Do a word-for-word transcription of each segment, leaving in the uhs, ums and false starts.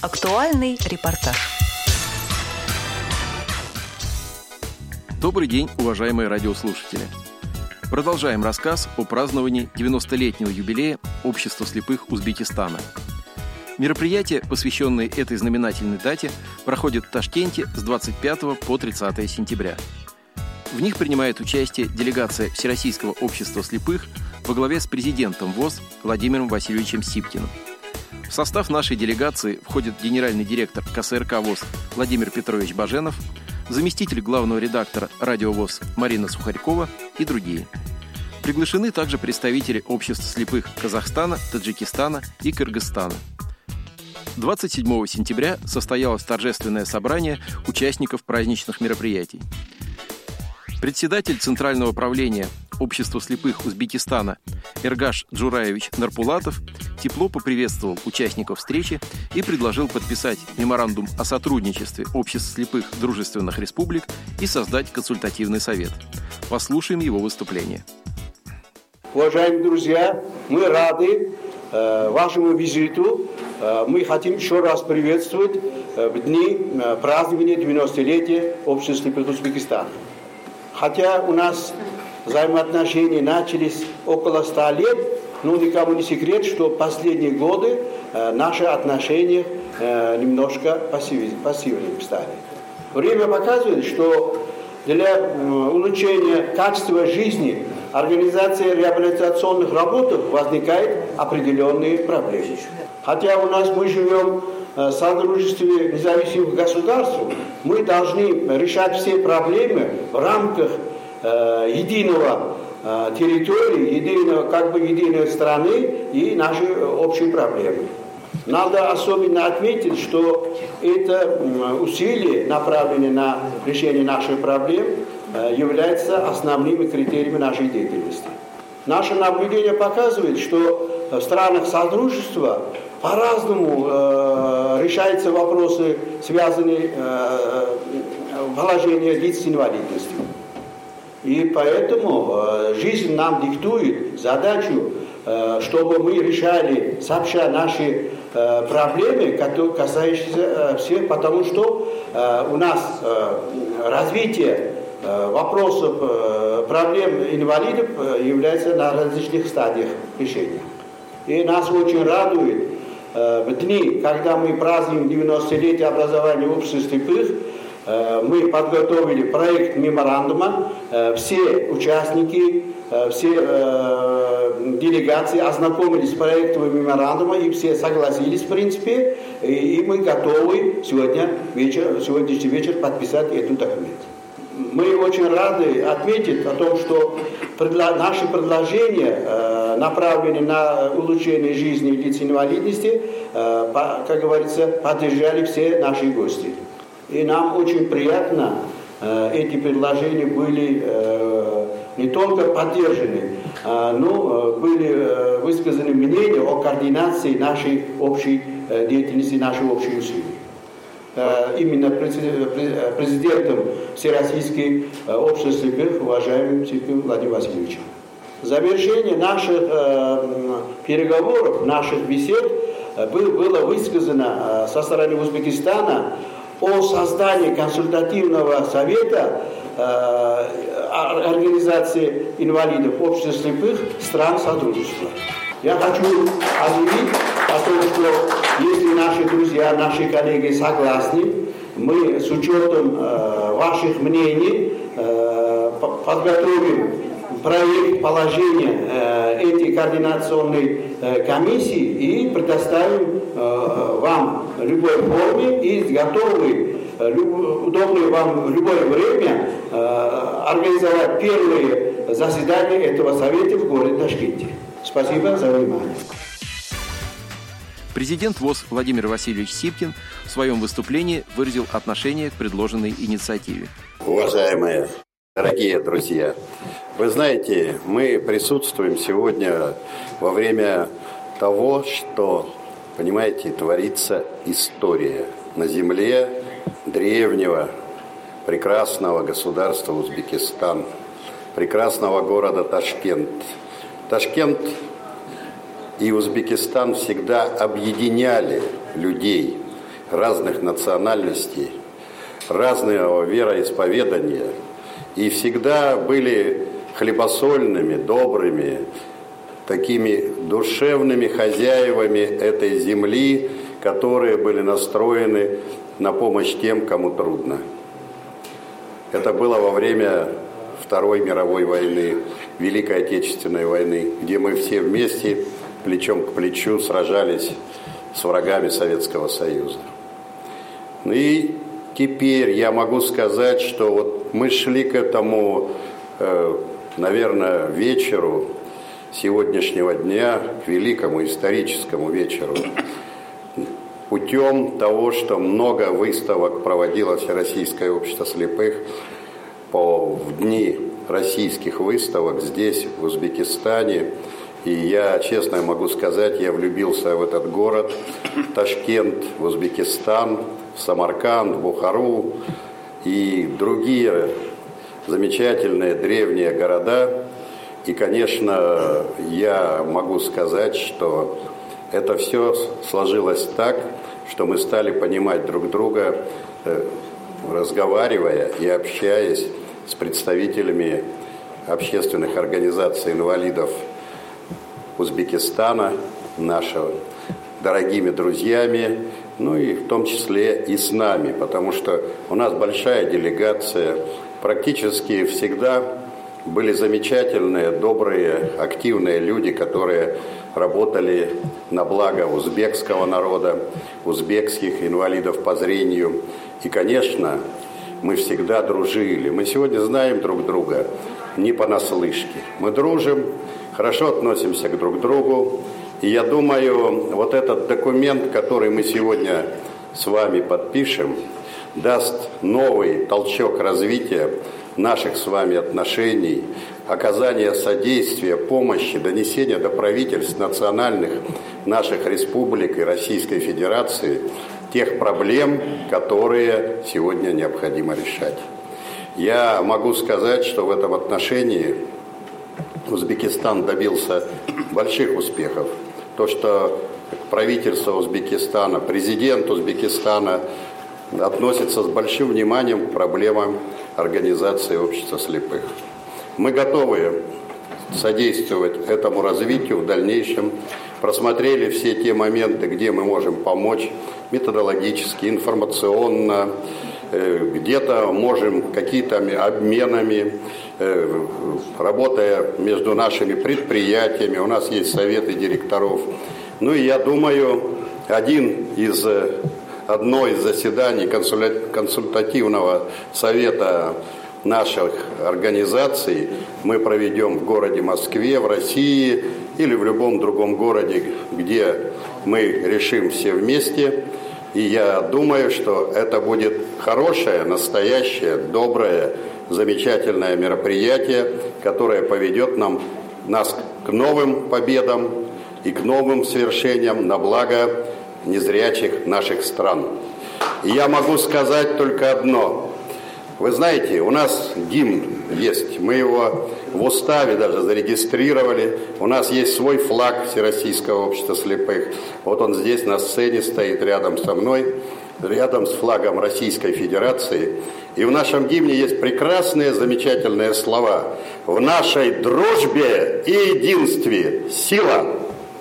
Актуальный репортаж. Добрый день, уважаемые радиослушатели. Продолжаем рассказ о праздновании девяностолетнего юбилея Общества слепых Узбекистана. Мероприятие, посвященное этой знаменательной дате, проходит в Ташкенте с двадцать пятого по тридцатое сентября. В них принимает участие делегация Всероссийского общества слепых во главе с президентом ВОС Владимиром Васильевичем Сипкиным. В состав нашей делегации входит генеральный директор ка эс эр ка ВОС Владимир Петрович Баженов, заместитель главного редактора радио ВОС Марина Сухарькова и другие. Приглашены также представители обществ слепых Казахстана, Таджикистана и Кыргызстана. двадцать седьмого сентября состоялось торжественное собрание участников праздничных мероприятий. Председатель Центрального правления Общества слепых Узбекистана Эргаш Джураевич Нарпулатов тепло поприветствовал участников встречи и предложил подписать меморандум о сотрудничестве обществ слепых дружественных республик и создать консультативный совет. Послушаем его выступление. Уважаемые друзья, мы рады э, вашему визиту. Э, мы хотим еще раз приветствовать э, в дни э, празднования девяностолетия Общества слепых Узбекистана. Хотя у нас взаимоотношения начались около ста лет, но никому не секрет, что в последние годы э, наши отношения э, немножко пассивными стали. Время показывает, что для э, улучшения качества жизни организации реабилитационных работ возникают определенные проблемы. Хотя у нас мы живем в содружестве независимых государств, мы должны решать все проблемы в рамках э, единого э, территории, единого, как бы единой страны и нашей общей проблемы. Надо особенно отметить, что это усилия, направленные на решение наших проблем, являются основными критериями нашей деятельности. Наше наблюдение показывает, что в странах Содружества по-разному э, решаются вопросы, связанные э, с положением лиц с инвалидностью. И поэтому э, жизнь нам диктует задачу, э, чтобы мы решали сообща наши э, проблемы, которые касающиеся э, всех, потому что э, у нас э, развитие э, вопросов э, проблем инвалидов э, является на различных стадиях решения. И нас очень радует э, в дни, когда мы празднуем девяностолетие образования общества слепых, мы подготовили проект меморандума, все участники, все делегации ознакомились с проектом меморандума и все согласились в принципе, и мы готовы сегодня вечер, сегодняшний вечер подписать этот документ. Мы очень рады отметить о том, что наши предложения, направленные на улучшение жизни лиц с инвалидностью, как говорится, поддержали все наши гости. И нам очень приятно, э, эти предложения были э, не только поддержаны, э, но э, были э, высказаны мнения о координации нашей общей э, деятельности, нашей общей усилий. Э, именно президентом Всероссийского э, общества слепых, уважаемым Сипкиным Владимиром Васильевичем. В завершение наших э, переговоров, наших бесед э, было высказано э, со стороны Узбекистана о создании консультативного совета э, организации инвалидов общества слепых стран Содружества. Я хочу объявить о том, что если наши друзья, наши коллеги согласны, мы с учетом э, ваших мнений э, подготовим проект положения э, этой координационной э, комиссии и предоставим э, вам в любой форме и готовы, э, люб, удобное вам в любое время э, организовать первые заседания этого совета в городе Ташкенте. Спасибо за внимание. Президент ВОС Владимир Васильевич Сипкин в своем выступлении выразил отношение к предложенной инициативе. Уважаемые, дорогие друзья, вы знаете, мы присутствуем сегодня во время того, что, понимаете, творится история на земле древнего, прекрасного государства Узбекистан, прекрасного города Ташкент. Ташкент и Узбекистан всегда объединяли людей. разных национальностей, разного вероисповедания, и всегда были хлебосольными, добрыми, такими душевными хозяевами этой земли, которые были настроены на помощь тем, кому трудно. Это было во время Второй мировой войны, Великой Отечественной войны, где мы все вместе, плечом к плечу, сражались с врагами Советского Союза. Ну и теперь я могу сказать, что вот мы шли к этому, э, наверное, вечеру сегодняшнего дня, к великому историческому вечеру, путем того, что много выставок проводило Всероссийское общество слепых по, в дни российских выставок здесь, в Узбекистане. И я, честно могу сказать, я влюбился в этот город, в Ташкент, в Узбекистан, в Самарканд, в Бухару и другие замечательные древние города. И, конечно, я могу сказать, что это все сложилось так, что мы стали понимать друг друга, разговаривая и общаясь с представителями общественных организаций инвалидов Узбекистана, нашего, дорогими друзьями, ну и в том числе и с нами, потому что у нас большая делегация, практически всегда были замечательные, добрые, активные люди, которые работали на благо узбекского народа, узбекских инвалидов по зрению. И, конечно, мы всегда дружили. Мы сегодня знаем друг друга не понаслышке. Мы дружим, хорошо относимся к друг другу. И я думаю, вот этот документ, который мы сегодня с вами подпишем, даст новый толчок развития наших с вами отношений, оказания содействия, помощи, донесения до правительств национальных наших республик и Российской Федерации тех проблем, которые сегодня необходимо решать. Я могу сказать, что в этом отношении Узбекистан добился больших успехов. То, что правительство Узбекистана, президент Узбекистана относится с большим вниманием к проблемам организации общества слепых. Мы готовы содействовать этому развитию в дальнейшем. Просмотрели все те моменты, где мы можем помочь методологически, информационно, где-то можем какими-то обменами, работая между нашими предприятиями. У нас есть советы директоров. Ну и я думаю, один из... Одно из заседаний консультативного совета наших организаций мы проведем в городе Москве, в России или в любом другом городе, где мы решим все вместе. И я думаю, что это будет хорошее, настоящее, доброе, замечательное мероприятие, которое поведет нам, нас к новым победам и к новым свершениям на благо незрячих наших стран. И я могу сказать только одно. Вы знаете, у нас гимн есть, мы его в уставе даже зарегистрировали, у нас есть свой флаг Всероссийского общества слепых. Вот он здесь на сцене стоит рядом со мной, рядом с флагом Российской Федерации. И в нашем гимне есть прекрасные, замечательные слова: «В нашей дружбе и единстве сила».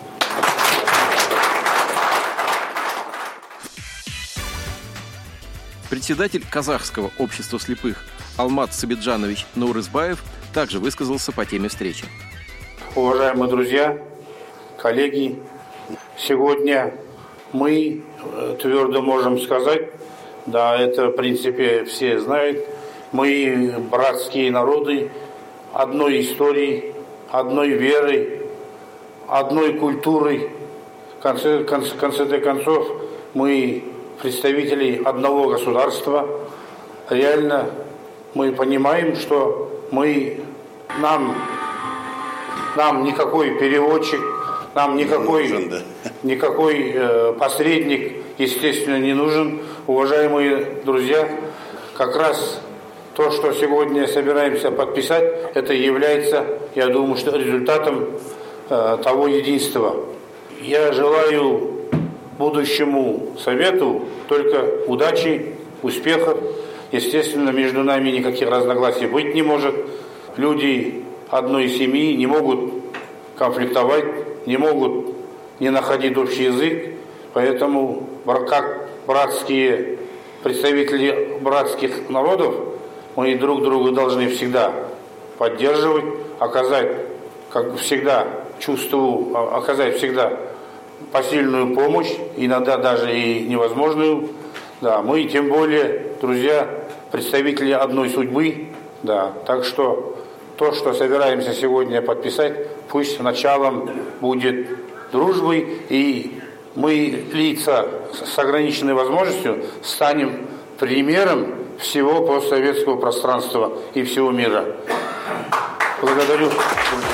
Председатель Казахского общества слепых Алмат Сабиджанович Наурызбаев также высказался по теме встречи. Уважаемые друзья, коллеги, сегодня мы твердо можем сказать, да, это в принципе все знают, мы братские народы одной истории, одной веры, одной культуры. В конце, конце, конце концов, мы представители одного государства. Реально мы понимаем, что мы, нам, нам никакой переводчик, нам никакой, нужен, да. никакой э, посредник, естественно, не нужен. Уважаемые друзья, как раз то, что сегодня собираемся подписать, это является, я думаю, что результатом э, того единства. Я желаю будущему совету только удачи, успехов. Естественно, между нами никаких разногласий быть не может. Люди одной семьи не могут конфликтовать, не могут не находить общий язык. Поэтому, как братские представители братских народов, мы друг друга должны всегда поддерживать, оказать, как всегда, чувствую, оказать всегда посильную помощь, иногда даже и невозможную. Да, мы тем более, друзья, представители одной судьбы. Да, так что то, что собираемся сегодня подписать, пусть началом будет дружбы, и мы, лица с ограниченной возможностью, станем примером всего постсоветского пространства и всего мира. Благодарю, друзья.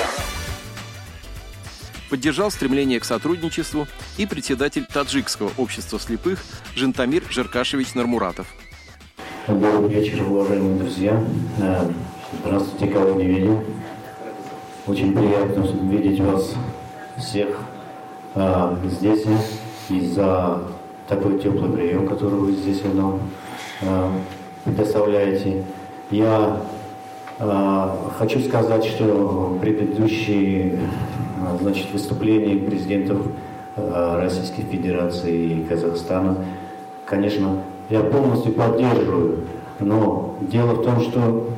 Поддержал стремление к сотрудничеству и председатель Таджикского общества слепых Жентамир Жеркашевич Нармуратов. Добрый вечер, уважаемые друзья. Здравствуйте, кого не видел. Очень приятно видеть вас всех а, здесь и за такой теплый прием, который вы здесь нам а, предоставляете. Я а, хочу сказать, что предыдущие а, значит, выступления президентов а, Российской Федерации и Казахстана, конечно, я полностью поддерживаю, но дело в том, что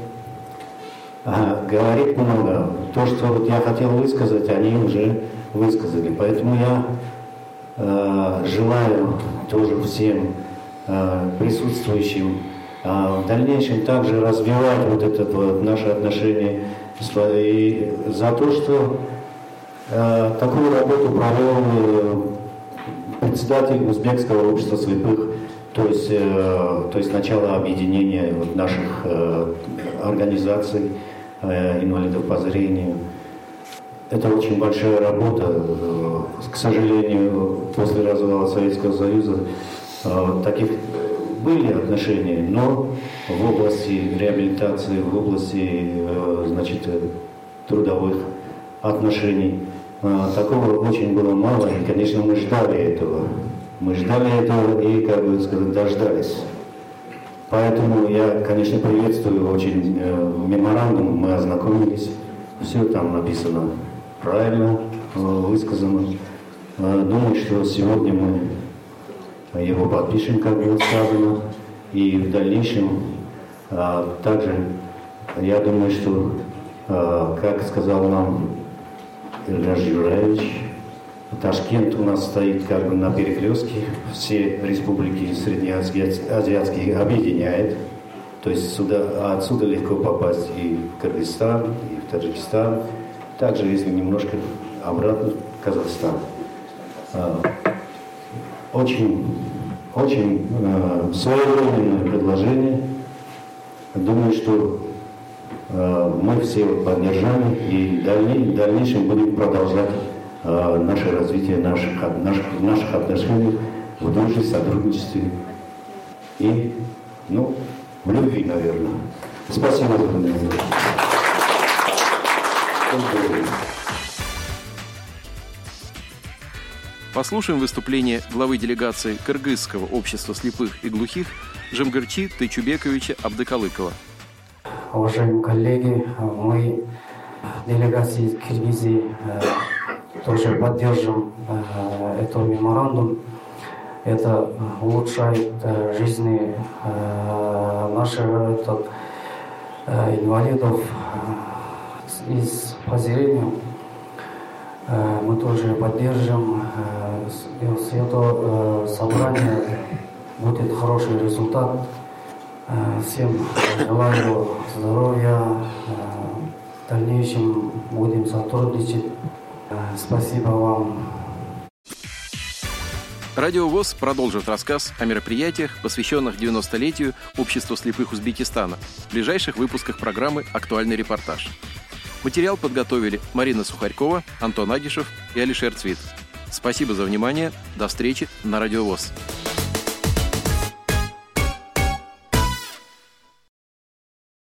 а, говорить много. То, что вот я хотел высказать, они уже высказали. Поэтому я э, желаю тоже всем э, присутствующим э, в дальнейшем также развивать вот это вот наше отношение и за то, что э, такую работу провел э, председатель Узбекского общества слепых, то есть, э, то есть начало объединения вот наших э, организаций э, инвалидов по зрению. Это очень большая работа. К сожалению, после развала Советского Союза э, таких были отношения, но в области реабилитации, в области э, значит, трудовых отношений э, такого очень было мало, и, конечно, мы ждали этого. Мы ждали этого и, как бы сказать, дождались. Поэтому я, конечно, приветствую очень э, меморандум, мы ознакомились, все там написано правильно, э, высказано. Э, думаю, что сегодня мы его подпишем, как было сказано, и в дальнейшем э, также, я думаю, что, э, как сказал нам Ильгар Юраевич, Ташкент у нас стоит как бы на перекрестке, все республики среднеазиатские объединяет, то есть сюда, отсюда легко попасть и в Кыргызстан, и в Таджикистан, также если немножко обратно в Казахстан. Очень, очень своевременное предложение. Думаю, что мы все поддержали и в дальнейшем будем продолжать наше развитие наших, наших, наших отношений в дружбе, сотрудничестве и, ну, в любви, наверное. Спасибо за внимание. Послушаем выступление главы делегации Кыргызского общества слепых и глухих Жемгырчи Тайчубековича Абдыкалыкова. Уважаемые коллеги, мы делегации Киргизии тоже поддержим э, этот меморандум. Это улучшает э, жизни э, наших это, э, инвалидов э, из по зрению. Э, мы тоже поддержим. Э, с, с этого э, собрания будет хороший результат. Э, всем желаю здоровья. Э, в дальнейшем будем сотрудничать. Спасибо вам. Радио ВОС продолжит рассказ о мероприятиях, посвященных девяностолетию Общества слепых Узбекистана, в ближайших выпусках программы «Актуальный репортаж». Материал подготовили Марина Сухарькова, Антон Агишев и Алишер Цвит. Спасибо за внимание. До встречи на Радио ВОС.